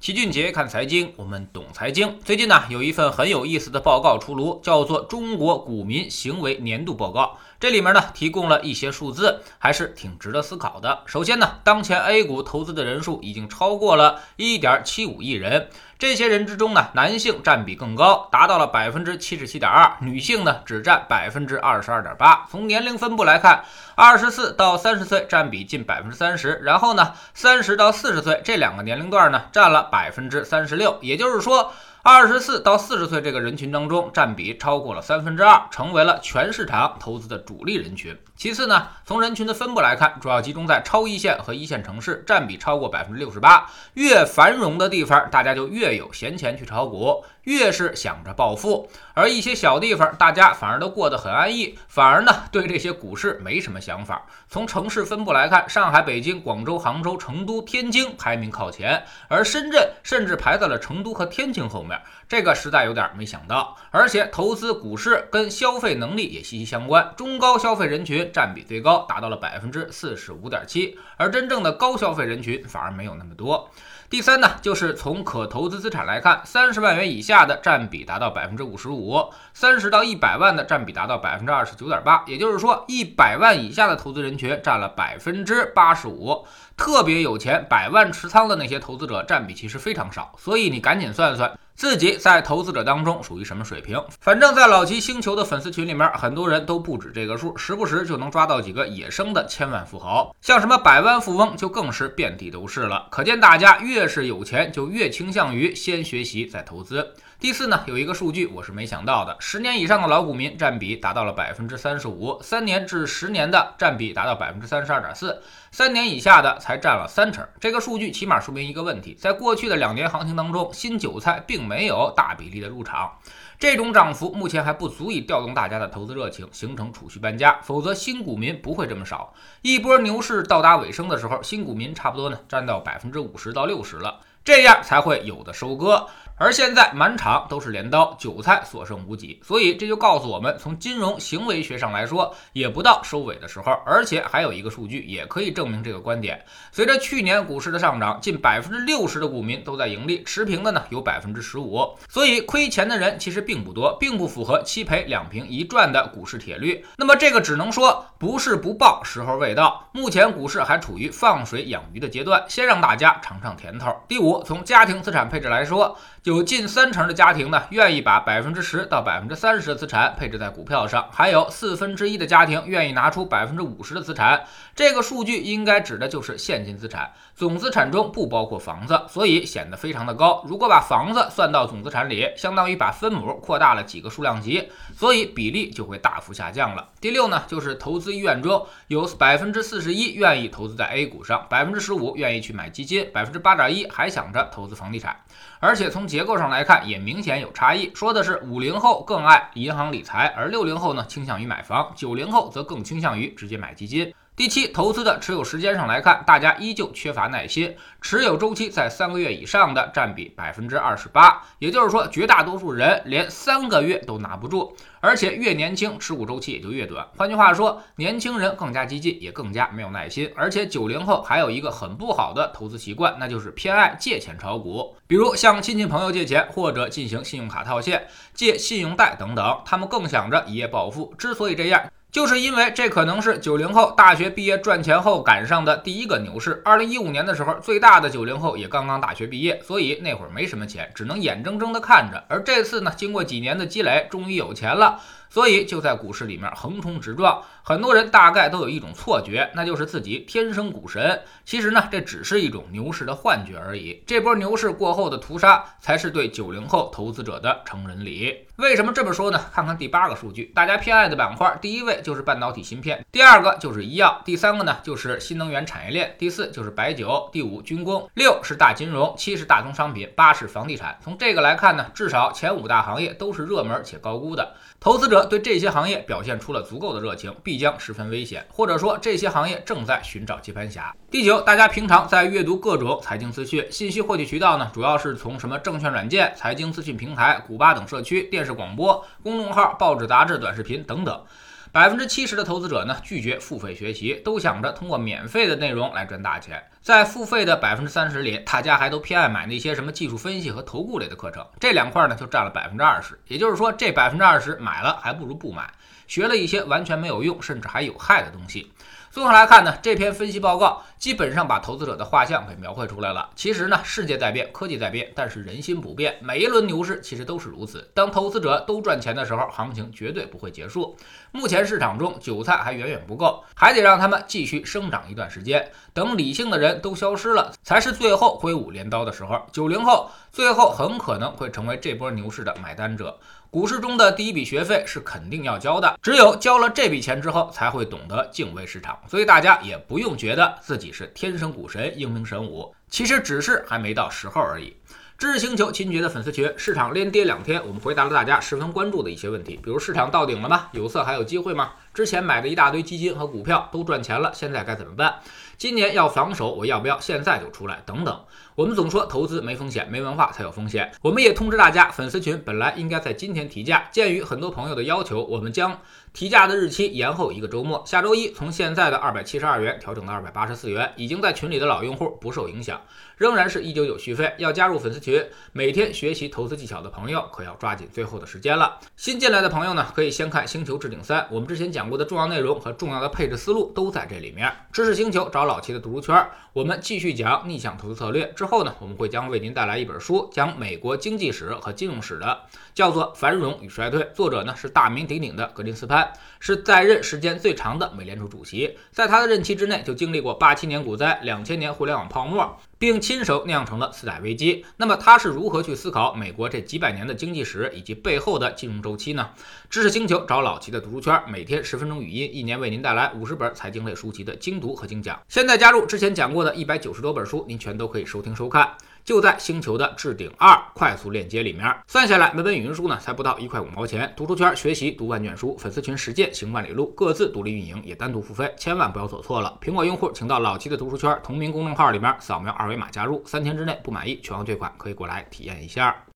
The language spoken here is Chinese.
齐俊杰看财经，我们懂财经。最近呢，有一份很有意思的报告出炉，叫做《中国股民行为年度报告》。这里面呢，提供了一些数字，还是挺值得思考的。首先呢，当前 A 股投资的人数已经超过了 1.75 亿人。这些人之中呢，男性占比更高，达到了 77.2%， 女性呢只占 22.8%。从年龄分布来看，24到30岁占比近 30%， 然后呢30到40岁这两个年龄段呢占了 36%， 也就是说24到40岁这个人群当中占比超过了2/3，成为了全市场投资的主力人群。其次呢，从人群的分布来看，主要集中在超一线和一线城市，占比超过 68%。 越繁荣的地方，大家就越有闲钱去炒股，越是想着暴富，而一些小地方大家反而都过得很安逸，反而呢对这些股市没什么想法。从城市分布来看，上海、北京、广州、杭州、成都、天津排名靠前，而深圳甚至排在了成都和天津后面，这个实在有点没想到。而且投资股市跟消费能力也息息相关，中高消费人群占比最高，达到了 45.7%， 而真正的高消费人群反而没有那么多。第三呢，就是从可投资资产来看，30万元以下的占比达到 55%，30到100万的占比达到 29.8%， 也就是说100万以下的投资人群占了 85%， 特别有钱100万持仓的那些投资者占比其实非常少，所以你赶紧算算自己在投资者当中属于什么水平。反正在老齐星球的粉丝群里面，很多人都不止这个数，时不时就能抓到几个野生的千万富豪，像什么百万富翁就更是遍地都是了。可见大家越是有钱，就越倾向于先学习再投资。第四呢，有一个数据我是没想到的，10年以上的老股民占比达到了 35%，3年至10年的占比达到 32.4%，3年以下的才占了30%。这个数据起码说明一个问题，在过去的2年行情当中，新韭菜并没有大比例的入场，这种涨幅目前还不足以调动大家的投资热情，形成储蓄搬家，否则新股民不会这么少。一波牛市到达尾声的时候，新股民差不多呢占到 50%到60%了，这样才会有的收割。而现在满场都是镰刀，韭菜所剩无几，所以这就告诉我们，从金融行为学上来说，也不到收尾的时候。而且还有一个数据也可以证明这个观点，随着去年股市的上涨，近 60% 的股民都在盈利，持平的呢有 15%， 所以亏钱的人其实并不多，并不符合7赔2平1赚的股市铁律。那么这个只能说不是不报，时候未到。目前股市还处于放水养鱼的阶段，先让大家尝尝甜头。第五，从家庭资产配置来说，有近30%的家庭呢，愿意把 10%到 30% 的资产配置在股票上，还有1/4的家庭愿意拿出 50% 的资产。这个数据应该指的就是现金资产，总资产中不包括房子，所以显得非常的高。如果把房子算到总资产里，相当于把分母扩大了几个数量级，所以比例就会大幅下降了。第六呢，就是投资意愿中有 41% 愿意投资在 A 股上， 15% 愿意去买基金， 8.1% 还想着投资房地产。而且从结构上来看也明显有差异，说的是50后更爱银行理财，而60后呢倾向于买房，90后则更倾向于直接买基金。第七，投资的持有时间上来看，大家依旧缺乏耐心，持有周期在3个月以上的占比 28%， 也就是说绝大多数人连3个月都拿不住，而且越年轻持股周期也就越短。换句话说，年轻人更加激进，也更加没有耐心。而且90后还有一个很不好的投资习惯，那就是偏爱借钱炒股，比如向亲戚朋友借钱，或者进行信用卡套现、借信用贷等等，他们更想着一夜暴富。之所以这样，就是因为这可能是90后大学毕业赚钱后赶上的第一个牛市。2015年的时候，最大的90后也刚刚大学毕业，所以那会儿没什么钱，只能眼睁睁的看着。而这次呢，经过几年的积累，终于有钱了，所以就在股市里面横冲直撞。很多人大概都有一种错觉，那就是自己天生股神。其实呢，这只是一种牛市的幻觉而已。这波牛市过后的屠杀，才是对90后投资者的成人礼。为什么这么说呢？看看第8个数据，大家偏爱的板块，第1位就是半导体芯片，第2个就是医药，第3个呢就是新能源产业链，第4就是白酒，第5军工，6是大金融，7是大宗商品，8是房地产。从这个来看呢，至少前5大行业都是热门且高估的。投资者对这些行业表现出了足够的热情，必将十分危险，或者说这些行业正在寻找接盘侠。第9，大家平常在阅读各种财经资讯，信息获取渠道呢，主要是从什么证券软件、财经资讯平台、股吧等社区、电视广播、公众号、报纸杂志、短视频等等。 70%的投资者呢拒绝付费学习，都想着通过免费的内容来赚大钱。在付费的30%里，大家还都偏爱买那些什么技术分析和投顾类的课程，这两块呢就占了20%。也就是说，这20%买了还不如不买，学了一些完全没有用甚至还有害的东西。综合来看呢，这篇分析报告基本上把投资者的画像给描绘出来了。其实呢，世界在变，科技在变，但是人心不变。每一轮牛市其实都是如此。当投资者都赚钱的时候，行情绝对不会结束。目前市场中韭菜还远远不够，还得让他们继续生长一段时间。等理性的人都消失了，才是最后挥舞镰刀的时候。90后最后很可能会成为这波牛市的买单者。股市中的第一笔学费是肯定要交的，只有交了这笔钱之后，才会懂得敬畏市场。所以大家也不用觉得自己是天生股神、英明神武，其实只是还没到时候而已。知识星球秦爵的粉丝群，市场连跌2天，我们回答了大家十分关注的一些问题，比如市场到顶了吗？有色还有机会吗？之前买的一大堆基金和股票都赚钱了，现在该怎么办？今年要防守，我要不要现在就出来？等等。我们总说投资没风险，没文化才有风险。我们也通知大家，粉丝群本来应该在今天提价，鉴于很多朋友的要求，我们将提价的日期延后1个周末，下周一从现在的272元调整到284元。已经在群里的老用户不受影响，仍然是199续费。要加入粉丝群，每天学习投资技巧的朋友可要抓紧最后的时间了。新进来的朋友呢，可以先看《星球置顶3》，我们之前讲过的重要内容和重要的配置思路都在这里面。知识星球找老齐的读书圈，我们继续讲逆向投资策略。之后呢，我们会将为您带来一本书，讲美国经济史和金融史的，叫做《繁荣与衰退》，作者呢是大名鼎鼎的格林斯潘，是在任时间最长的美联储主席。在他的任期之内，就经历过87年股灾、2000年互联网泡沫，并亲手酿成了次贷危机。那么他是如何去思考美国这几百年的经济史以及背后的金融周期呢？知识星球找老齐的读书圈，每天10分钟语音，一年为您带来50本财经类书籍的精读和精讲。现在加入之前讲过的190多本书，您全都可以收听收看，就在星球的置顶2快速链接里面。算下来每本语音书呢才不到1块5毛钱。读书圈学习读万卷书，粉丝群实践行万里路，各自独立运营，也单独付费，千万不要走错了。苹果用户请到老齐的读书圈同名公众号里面扫描2维码加入，3天之内不满意全额退款，可以过来体验一下。